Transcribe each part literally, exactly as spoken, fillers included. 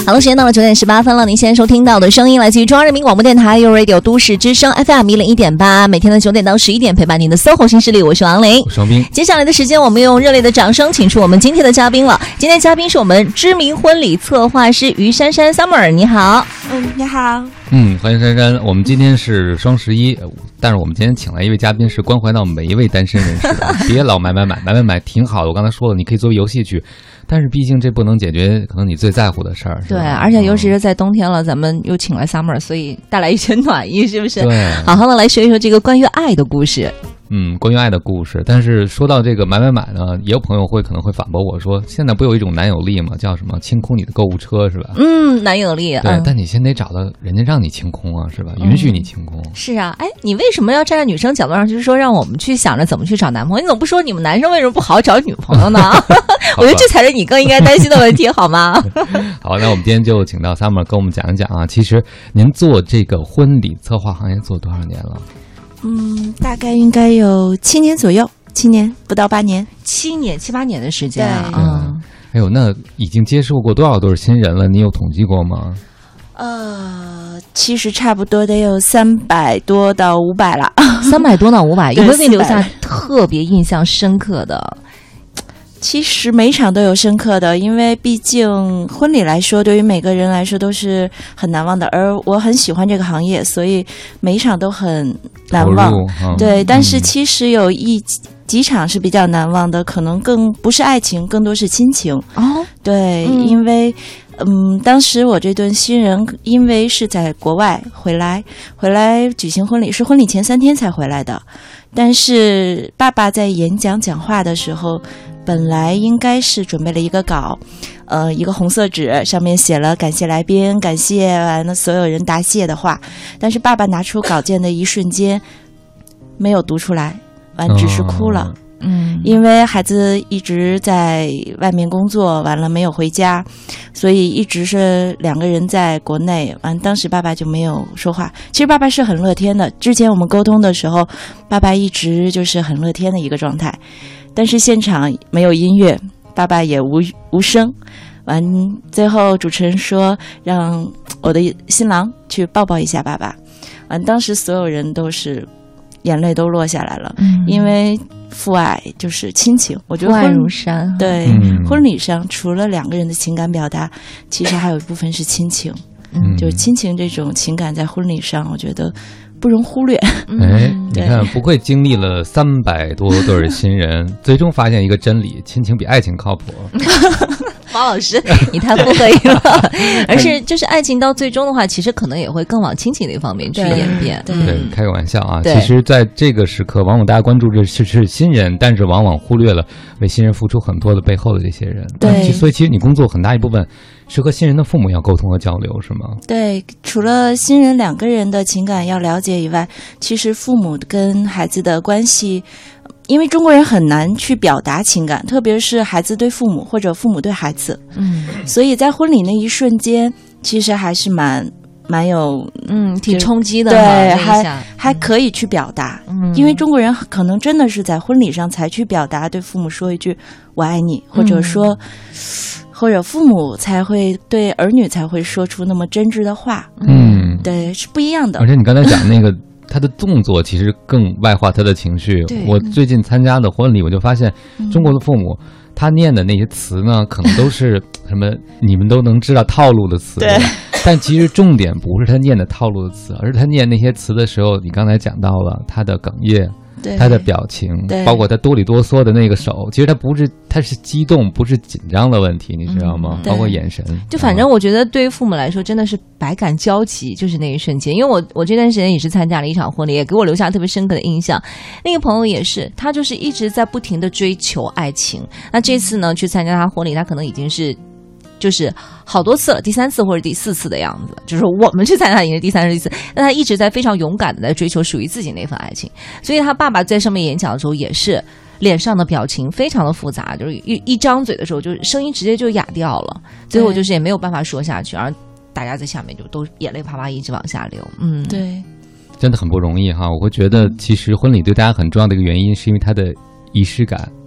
好了，时间到了九点十八分了。您现在收听到的声音来自于中央人民广播电台 You Radio 都市之声 F M 一零一点八，每天的九点到十一点陪伴您的 S O H O 新势力，我是王琳， 我是王斌。 接下来的时间，我们用热烈的掌声请出我们今天的嘉宾了。今天嘉宾是我们知名婚礼策划师于珊珊 Summer， 你好。 嗯，你好。 嗯，欢迎珊珊。我们今天是双十一，但是我们今天请来一位嘉宾，是关怀到每一位单身人士的。别老买买买买买买，挺好的。我刚才说了，你可以作为游戏去，但是毕竟这不能解决可能你最在乎的事儿。 对，而且尤其是在冬天了，咱们又请来 Summer， 所以带来一些暖意，是不是？ 对， 好好的来说一说这个关于爱的故事。 嗯，关于爱的故事。但是说到这个买买买呢，也有朋友会可能会反驳我说，现在不有一种男友力吗？叫什么清空你的购物车，是吧？ 嗯，男友力。 对、 嗯， 但你先得找到人家让你清空啊，是吧？允许你清空。 嗯、是啊，哎，你为什么要站在女生角度上，就是说让我们去想着怎么去找男朋友？你怎么不说你们男生为什么不好好找女朋友呢？我觉得这才是你更应该担心的问题，好吗？ 好，那我们今天就请到 Summer 跟我们讲一讲啊。其实您做这个婚礼策划行业做多少年了？ 嗯，大概应该有七年左右，七年不到八年， 七年七八年的时间啊。 嗯，哎呦，那已经接受过多少对新人了？你有统计过吗？ 呃，其实差不多得有三百多到五百了， 三百多到五百，有没有给你留下特别印象深刻的？ 其实每一场都有深刻的，因为毕竟婚礼来说，对于每个人来说都是很难忘的。而我很喜欢这个行业，所以每一场都很难忘。 嗯、 对，但是其实有一几场是比较难忘的，可能更不是爱情，更多是亲情。 哦， 对，嗯、因为嗯，当时我这对新人因为是在国外回来，回来举行婚礼，是婚礼前三天才回来的。但是爸爸在演讲讲话的时候，本来应该是准备了一个稿，呃，一个红色纸，上面写了感谢来宾，感谢完了所有人答谢的话。但是爸爸拿出稿件的一瞬间，没有读出来，完只是哭了。哦嗯， 因为孩子一直在外面工作，完了没有回家，所以一直是两个人在国内。完，当时爸爸就没有说话。其实爸爸是很乐天的，之前我们沟通的时候，爸爸一直就是很乐天的一个状态。但是现场没有音乐，爸爸也无无声。完，最后主持人说让我的新郎去抱抱一下爸爸。完，当时所有人都是眼泪都落下来了， 嗯、 因为父爱就是亲情。我觉得父爱如山。 对、 嗯， 婚礼上除了两个人的情感表达，其实还有一部分是亲情。 嗯， 就是亲情这种情感在婚礼上，我觉得不容忽略。 哎，你看，不愧经历了三百多对新人，最终发现一个真理：亲情比爱情靠谱。 王老师，你太不可以了。而是就是爱情到最终的话，其实可能也会更往亲情那方面去演变。 对， 对，开个玩笑啊。 对， 其实在这个时刻，往往大家关注的是是新人，但是往往忽略了为新人付出很多的背后的这些人。 对， 所以其实你工作很大一部分是和新人的父母要沟通和交流，是吗？ 对，除了新人两个人的情感要了解以外，其实父母跟孩子的关系，因为中国人很难去表达情感，特别是孩子对父母或者父母对孩子。 嗯， 所以在婚礼那一瞬间，其实还是蛮蛮有嗯挺冲击的， 对，还还可以去表达。 嗯， 因为中国人可能真的是在婚礼上才去表达，对父母说一句我爱你，或者说、嗯、或者父母才会对儿女才会说出那么真挚的话。 嗯， 对，是不一样的。 而且你刚才讲那个他的动作其实更外化他的情绪。我最近参加的婚礼，我就发现中国的父母、嗯、他念的那些词呢，可能都是什么你们都能知道套路的词。 对， 但其实重点不是他念的套路的词，而是他念那些词的时候，你刚才讲到了他的哽咽，他的表情，包括他哆里哆嗦的那个手，其实他不是，他是激动，不是紧张的问题，你知道吗？嗯、包括眼神。 就反正我觉得对于父母来说真的是百感交集，就是那一瞬间。因为我我这段时间也是参加了一场婚礼，也给我留下特别深刻的印象。那个朋友也是，他就是一直在不停的追求爱情。那这次呢去参加他婚礼，他可能已经是就是好多次了，第三次或者第四次的样子，就是我们去参加已经是第三次、第四次，但他一直在非常勇敢的在追求属于自己那份爱情。所以他爸爸在上面演讲的时候也是脸上的表情非常的复杂，就是一一张嘴的时候，就是声音直接就哑掉了，最后就是也没有办法说下去，而大家在下面就都眼泪啪啪一直往下流。嗯， 对， 真的很不容易哈。我会觉得其实婚礼对大家很重要的一个原因是因为它的仪式感。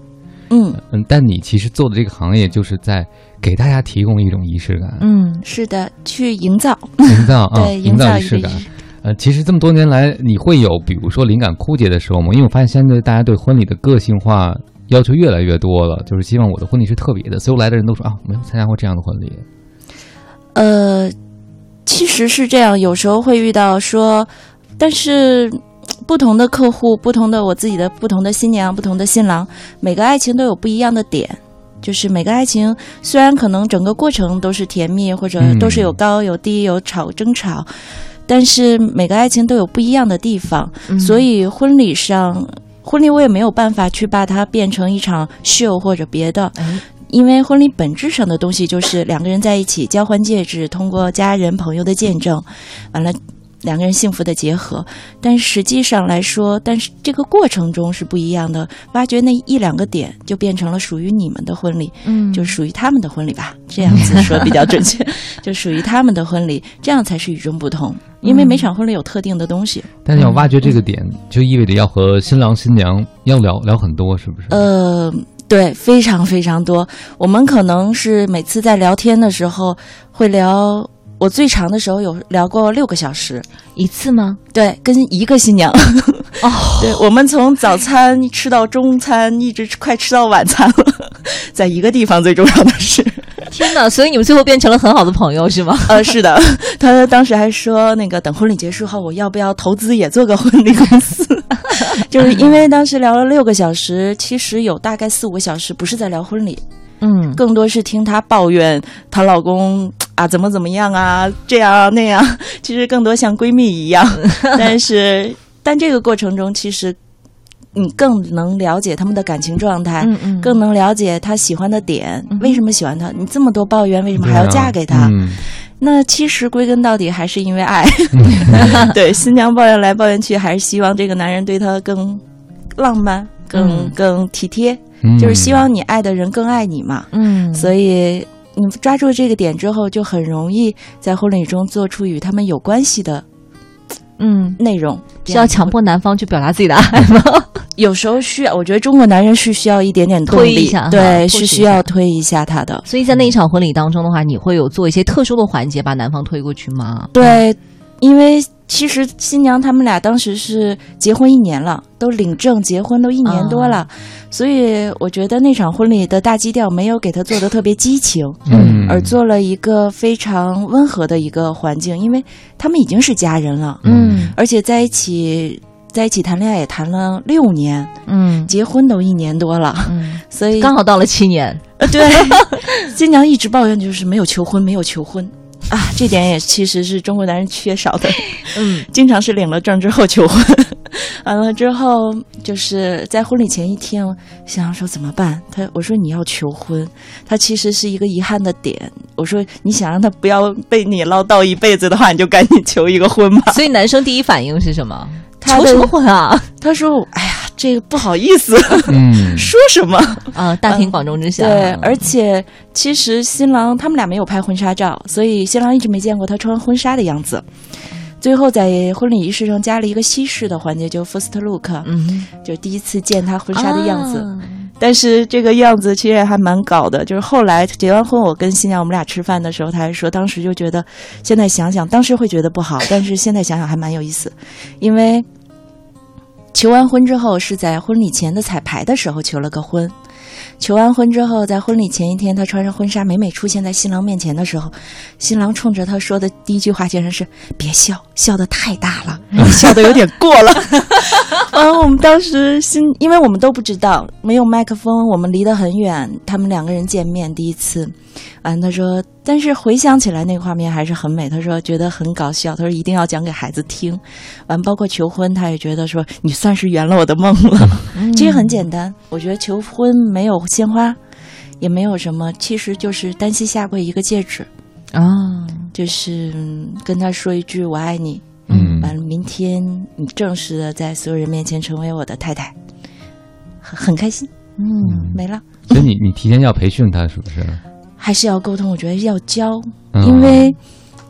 嗯嗯，但你其实做的这个行业就是在给大家提供一种仪式感。 嗯，是的，去营造， 营造啊， 对， 营造仪式感。呃，其实这么多年来，你会有比如说灵感枯竭的时候吗？因为我发现现在大家对婚礼的个性化要求越来越多了，就是希望我的婚礼是特别的，所有来的人都说啊，没有参加过这样的婚礼。 呃，其实是这样，有时候会遇到说，但是不同的客户、不同的我自己的不同的新娘、不同的新郎，每个爱情都有不一样的点。就是每个爱情虽然可能整个过程都是甜蜜，或者都是有高有低、有吵争吵，但是每个爱情都有不一样的地方。嗯、所以婚礼上，婚礼我也没有办法去把它变成一场秀或者别的。嗯，因为婚礼本质上的东西就是两个人在一起交换戒指，通过家人朋友的见证，完了两个人幸福的结合。但实际上来说，但是这个过程中是不一样的，挖掘那一两个点就变成了属于你们的婚礼，嗯，就属于他们的婚礼吧，这样子说比较准确就属于他们的婚礼，这样才是与众不同。因为每场婚礼有特定的东西， 但是要挖掘这个点，嗯、就意味着要和新郎新娘要聊聊很多，是不是？ 呃对，非常非常多。我们可能是每次在聊天的时候会聊，我最长的时候有聊过六个小时一次吗？ 对，跟一个新娘。哦，对，我们从早餐吃到中餐，一直快吃到晚餐了，在一个地方。最重要的是， 天哪！所以你们最后变成了很好的朋友，是吗？ 呃，是的。他当时还说，那个等婚礼结束后，我要不要投资也做个婚礼公司？就是因为当时聊了六个小时，其实有大概四五个小时不是在聊婚礼，嗯，更多是听她抱怨她老公啊怎么怎么样啊，这样啊那样，其实更多像闺蜜一样。但是，但这个过程中，其实你更能了解他们的感情状态，嗯嗯，更能了解他喜欢的点，嗯、为什么喜欢他？你这么多抱怨，为什么还要嫁给他？嗯、那其实归根到底还是因为爱。对，新娘抱怨来抱怨去，还是希望这个男人对她更浪漫、更、嗯、更体贴，嗯、就是希望你爱的人更爱你嘛。嗯，所以你抓住这个点之后，就很容易在婚礼中做出与他们有关系的。嗯，内容是要强迫男方去表达自己的爱吗？ 有时候需要，我觉得中国男人是需要一点点动力， 推一下， 对，是需要推一下他的。 所以在那一场婚礼当中的话，你会有做一些特殊的环节，把男方推过去吗？ 对，因为其实新娘他们俩当时是结婚一年了，都领证结婚都一年多了，嗯、所以我觉得那场婚礼的大基调没有给他做的特别激情，嗯，而做了一个非常温和的一个环境，因为他们已经是家人了，嗯，而且在一起在一起谈恋爱也谈了六年，嗯，结婚都一年多了，嗯，所以刚好到了七年， 呃，对，新娘一直抱怨就是没有求婚，没有求婚。啊，这点也其实是中国男人缺少的，嗯，经常是领了证之后求婚，完了之后就是在婚礼前一天，想说怎么办？他我说你要求婚，他其实是一个遗憾的点。我说你想让他不要被你唠叨一辈子的话，你就赶紧求一个婚吧。 所以男生第一反应是什么？求什么婚啊？ 他说：“哎呀，这个不好意思，嗯，说什么啊？大庭广众之下。” 对，而且其实新郎他们俩没有拍婚纱照，所以新郎一直没见过他穿婚纱的样子。最后在婚礼仪式上加了一个西式的环节，就 first look， 嗯，就第一次见他婚纱的样子。啊，但是这个样子其实还蛮搞的，就是后来结完婚，我跟新娘我们俩吃饭的时候，他还说当时就觉得，现在想想当时会觉得不好，但是现在想想还蛮有意思，因为求完婚之后是在婚礼前的彩排的时候求了个婚，求完婚之后在婚礼前一天，他穿上婚纱美美出现在新郎面前的时候，新郎冲着他说的第一句话竟然是别笑，笑得太大了，笑得有点过了。嗯，我们当时新，因为我们都不知道，没有麦克风，我们离得很远，他们两个人见面第一次，完他说，但是回想起来那个画面还是很美，他说觉得很搞笑，他说一定要讲给孩子听，完包括求婚，他也觉得说你算是圆了我的梦了。嗯，其实很简单，我觉得求婚没有鲜花，也没有什么，其实就是单膝下跪一个戒指啊，就是跟他说一句我爱你。嗯，完了，明天你正式的在所有人面前成为我的太太，很很开心。嗯，没了。 所以你你提前要培训他，是不是？ 还是要沟通？我觉得要教，嗯，因为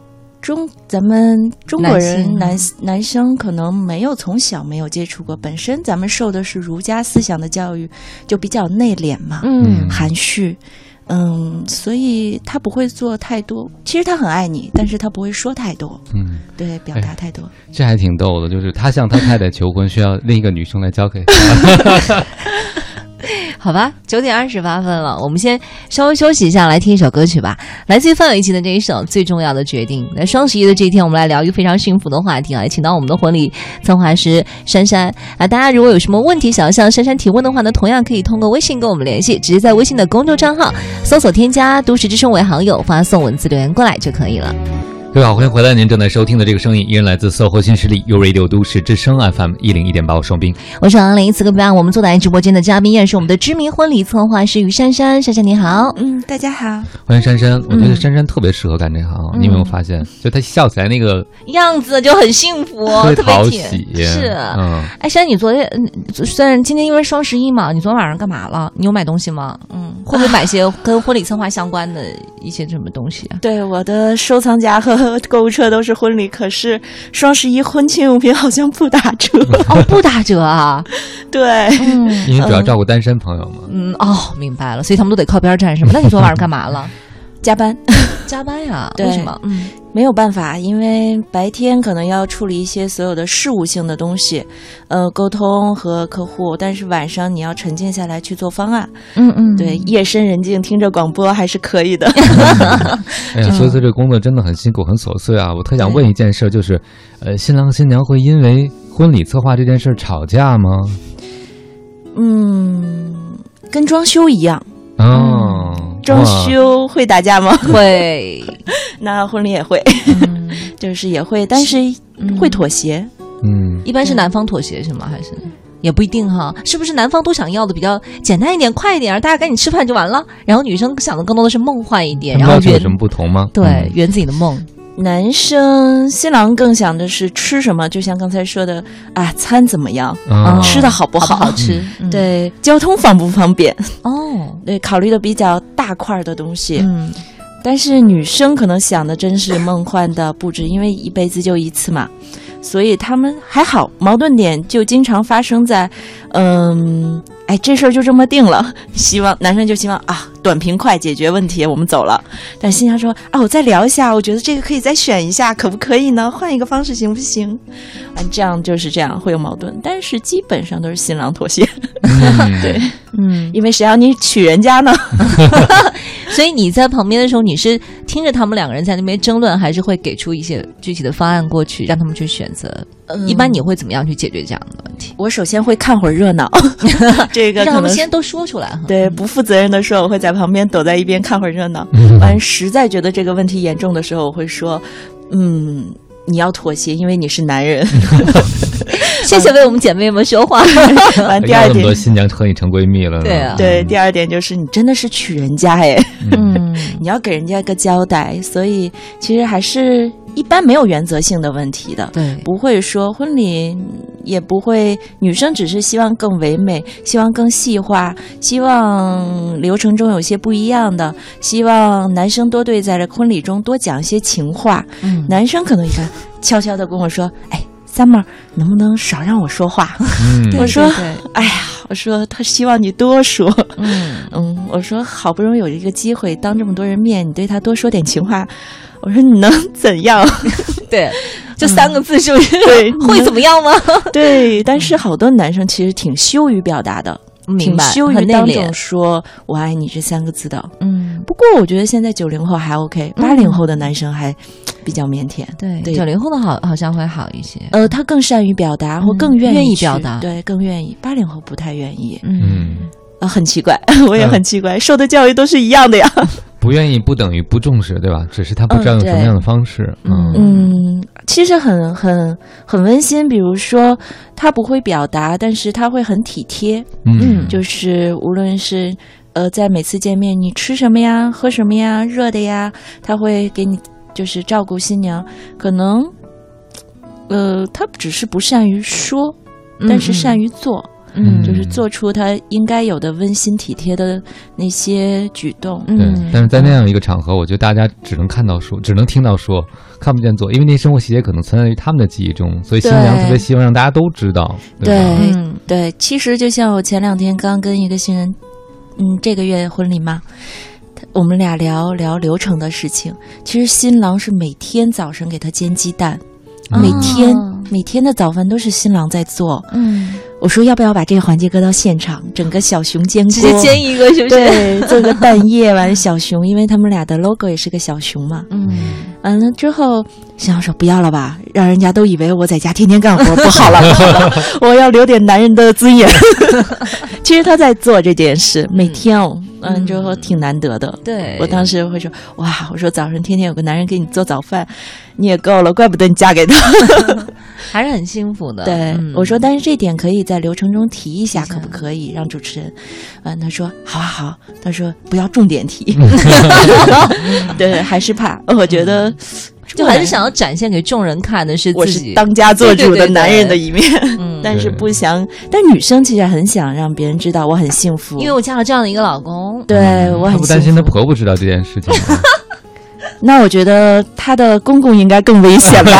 中咱们中国人男男男生可能没有从小没有接触过，本身咱们受的是儒家思想的教育，就比较内敛嘛， 嗯， 含蓄。嗯，所以他不会做太多。其实他很爱你，但是他不会说太多。 嗯， 对，表达太多。 这还挺逗的，就是他向他太太求婚，需要另一个女生来教给他。 好吧，九点二十八分了，我们先稍微休息一下，来听一首歌曲吧，来自于范玮琪的这一首《最重要的决定》。那双十一的这一天，我们来聊一个非常幸福的话题啊，也请到我们的婚礼策划师珊珊啊。大家如果有什么问题想要向珊珊提问的话呢，同样可以通过微信跟我们联系，直接在微信的公众账号搜索添加都市之声为好友，发送文字留言过来就可以了。 各位好，欢迎回来！您正在收听的这个声音依然来自搜狐新势力 U Radio 都市之声 F M 一零一点八，我双冰， 我是王琳。此刻陪伴我们坐在直播间的嘉宾也是我们的知名婚礼策划师于珊珊。珊珊你好。 嗯，大家好， 欢迎珊珊。我觉得珊珊特别适合干这行，嗯、你有没有发现？就她笑起来那个样子就很幸福， 特别讨喜。 是， 嗯， 哎，珊，你昨天虽然今天因为双十一嘛，你昨天晚上干嘛了？你有买东西吗？嗯，会不会买些跟婚礼策划相关的一些什么东西啊？ 对，我的收藏夹和购物车都是婚礼，可是双十一婚庆用品好像不打折。 哦，不打折啊？ 对， 嗯， 因为主要照顾单身朋友嘛。 嗯，哦，明白了，所以他们都得靠边站是吗？那你昨晚上干嘛了？ 加班。 加班呀？ 对， 为什么？嗯， 没有办法，因为白天可能要处理一些所有的事务性的东西，呃，沟通和客户，但是晚上你要沉浸下来去做方案。 嗯嗯， 对，夜深人静听着广播还是可以的。 哎呀，所以说这个工作真的很辛苦很琐碎啊！我特想问一件事，就是，呃，新郎新娘会因为婚礼策划这件事吵架吗？ 嗯，跟装修一样。 哦。 嗯，装修会打架吗？ 会。 那婚礼也会，嗯、就是也会，但是会妥协。 嗯， 一般是男方妥协是吗？还是也不一定哈？是不是男方都想要的比较简单一点、快一点，大家赶紧吃饭就完了？然后女生想的更多的是梦幻一点，然后有什么不同吗？ 对， 嗯、 圆自己的梦。 男生新郎更想的是吃什么，就像刚才说的啊，餐怎么样， 哦、 吃的好不好， 好, 好吃， 嗯、对，交通方不方便哦， 对，考虑的比较大块的东西， 嗯， 但是女生可能想的真是梦幻的布置，因为一辈子就一次嘛，所以他们还好，矛盾点就经常发生在，嗯，哎，这事儿就这么定了，希望男生就希望啊，短平快解决问题，我们走了。但新娘说啊，我再聊一下，我觉得这个可以再选一下，可不可以呢？换一个方式行不行？啊，这样就是这样会有矛盾，但是基本上都是新郎妥协。 嗯、 对， 嗯， 因为谁让你娶人家呢？ 所以你在旁边的时候，你是听着他们两个人在那边争论，还是会给出一些具体的方案过去，让他们去选择？嗯、一般你会怎么样去解决这样的问题？ 我首先会看会儿热闹，这个可能让他们先都说出来。 对，不负责任的说，我会在旁边躲在一边看会儿热闹。完，实在觉得这个问题严重的时候，我会说，嗯，你要妥协，因为你是男人。 谢谢为我们姐妹们说话。 完，第二点， 那么多新娘和你成闺蜜了呢。 对啊， 对，第二点就是你真的是娶人家哎，嗯，你要给人家一个交代，所以其实还是一般没有原则性的问题的。 对， 不会说婚礼也不会，女生只是希望更唯美，希望更细化，希望流程中有些不一样的，希望男生多对在这婚礼中多讲一些情话。 嗯， 男生可能一看悄悄地跟我说，哎，Summer，能不能少让我说话？ 嗯， 我说， 对对对， 哎呀，我说他希望你多说。 嗯嗯，我说好不容易有一个机会，当这么多人面，你对他多说点情话。我说你能怎样？ 对，这三个字是不是？ 对， 会怎么样吗？ 对，但是好多男生其实挺羞于表达的，挺羞于当众说“我爱你”这三个字的。 嗯， 不过我觉得现在九零后还 OK， 八零后的男生还比较腼腆。 对，九零后的好好像会好一些。 呃，他更善于表达，或更愿意、 嗯、愿意表达， 对，更愿意。八零后不太愿意。 嗯， 啊，很奇怪，我也很奇怪，嗯、受的教育都是一样的呀。 不愿意不等于不重视，对吧？只是他不知道用什么样的方式。 嗯，嗯其实很很很温馨。比如说，他不会表达，但是他会很体贴。 嗯， 就是无论是呃，在每次见面，你吃什么呀，喝什么呀，热的呀，他会给你就是照顾新娘。可能呃，他只是不善于说，但是善于做。 嗯，就是做出他应该有的温馨体贴的那些举动。 对，但是在那样一个场合，我觉得大家只能看到说，只能听到说，看不见做，因为那些生活细节可能存在于他们的记忆中，所以新娘特别希望让大家都知道。对对、嗯、对，其实就像我前两天刚跟一个新人，嗯，这个月婚礼嘛。我们俩聊聊流程的事情，其实新郎是每天早上给他煎鸡蛋，哦、每天每天的早饭都是新郎在做。嗯，我说要不要把这个环节搁到现场，整个小熊煎锅， 直接煎一个是不是？ 对，做个蛋液完小熊，因为他们俩的 logo 也是个小熊嘛。嗯，完了之后，新郎说不要了吧，让人家都以为我在家天天干活，不好了，不好了，我要留点男人的尊严。其实他在做这件事，每天哦。嗯，之后挺难得的。 对， 我当时会说，哇，我说早上天天有个男人给你做早饭，你也够了，怪不得你嫁给他， 还是很幸福的。 对、嗯，我说，但是这点可以在流程中提一下，可不可以让主持人？嗯，他说好啊好，他说不要重点提。对，还是怕，我觉得。 就还是想要展现给众人看的是自己我是当家做主的男人的一面，对对对对嗯，但是不想，但女生其实很想让别人知道我很幸福， 因为我嫁了这样的一个老公， 对、嗯、我很幸福。她不担心她婆婆知道这件事情吗？ 那我觉得她的公公应该更危险吧。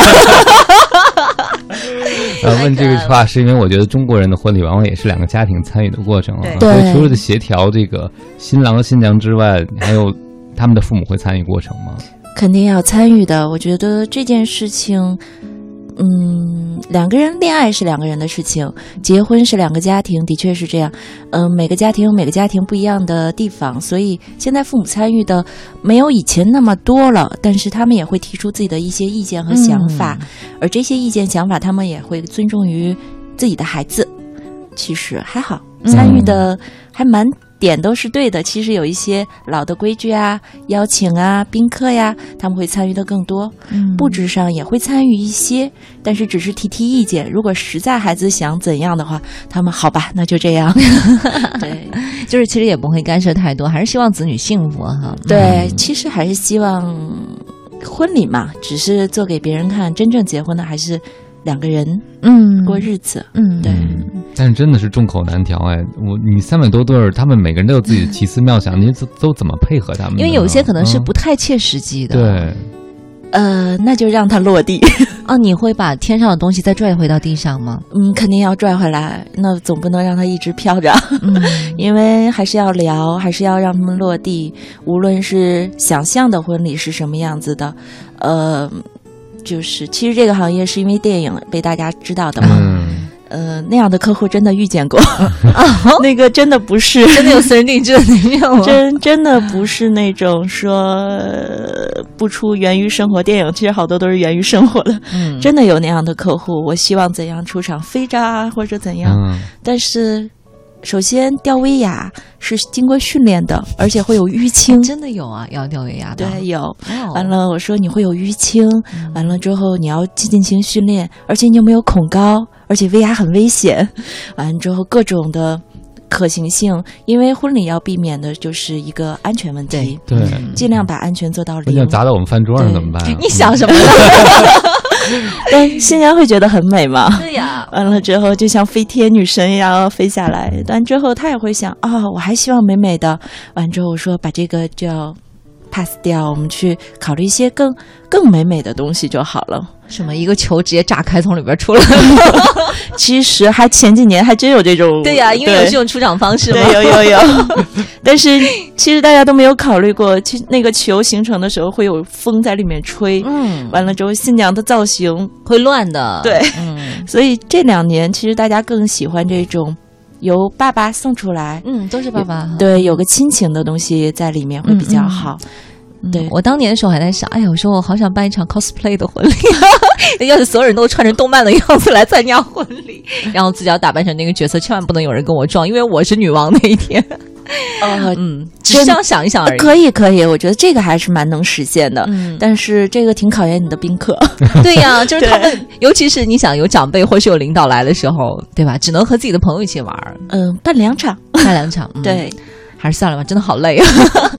呃，问这个话是因为我觉得中国人的婚礼往往也是两个家庭参与的过程啊， 所以除了协调这个新郎和新娘之外，还有他们的父母会参与过程吗？ 肯定要参与的，我觉得这件事情，嗯，两个人恋爱是两个人的事情，结婚是两个家庭，的确是这样。嗯，每个家庭有每个家庭不一样的地方，所以现在父母参与的没有以前那么多了，但是他们也会提出自己的一些意见和想法，嗯、而这些意见想法，他们也会尊重于自己的孩子。其实还好，参与的还蛮。点都是对的，其实有一些老的规矩啊、邀请啊、宾客呀，他们会参与的更多。嗯，布置上也会参与一些，但是只是提提意见。如果实在孩子想怎样的话，他们好吧，那就这样。对， 就是其实也不会干涉太多，还是希望子女幸福哈。 对，其实还是希望婚礼嘛，只是做给别人看，真正结婚的还是两个人，嗯，过日子， 嗯， 对。 但是真的是众口难调哎，我你三百多对儿，他们每个人都有自己的奇思妙想，你都都怎么配合他们？ 因为有些可能是不太切实际的。 嗯、对， 呃，那就让它落地。 啊，你会把天上的东西再拽回到地上吗？ 嗯，肯定要拽回来，那总不能让它一直飘着。嗯，因为还是要聊，还是要让他们落地。无论是想象的婚礼是什么样子的，呃，就是其实这个行业是因为电影被大家知道的嘛。嗯。呃，那样的客户真的遇见过，那个真的不是真的有私人定制的那种吗？ 真真的不是那种说不出源于生活电影，其实好多都是源于生活的。嗯，真的有那样的客户，我希望怎样出场飞着啊，或者怎样。嗯，但是首先吊威亚是经过训练的，而且会有淤青。 真的有啊，要吊威亚的。 对，有。哦、完了，我说你会有淤青，嗯、完了之后你要进行训练，而且你有没有恐高？而且威亚很危险，完了之后各种的可行性，因为婚礼要避免的就是一个安全问题， 对，对尽量把安全做到零。 那砸到我们饭桌上怎么办、啊？ 你想什么？ 但新娘会觉得很美嘛？ 对呀。 完了之后就像飞天女神一样飞下来，但之后她也会想啊、哦，我还希望美美的。完之后我说把这个就要 pass 掉，我们去考虑一些更更美美的东西就好了。 什么一个球直接炸开从里边出来其实还前几年还真有这种， 对呀、啊，因为有这种出场方式嘛， 对，有有有但是其实大家都没有考虑过，其那个球形成的时候会有风在里面吹，嗯，完了之后新娘的造型会乱的， 对，嗯，所以这两年其实大家更喜欢这种由爸爸送出来， 嗯，都是爸爸， 对，有个亲情的东西在里面会比较好。嗯嗯对，我当年的时候还在想，哎呀，我说我好想办一场 cosplay 的婚礼，要是所有人都穿成动漫的样子来参加婚礼，然后自己要打扮成那个角色，千万不能有人跟我撞，因为我是女王那一天。 呃， 嗯，只是这样想一想而已。 可以，可以，我觉得这个还是蛮能实现的。嗯，但是这个挺考验你的宾客。 对呀、啊，就是他们，尤其是你想有长辈或是有领导来的时候，对吧？只能和自己的朋友一起玩。 嗯，办两场， 办两场，嗯、 对， 还是算了吧，真的好累啊。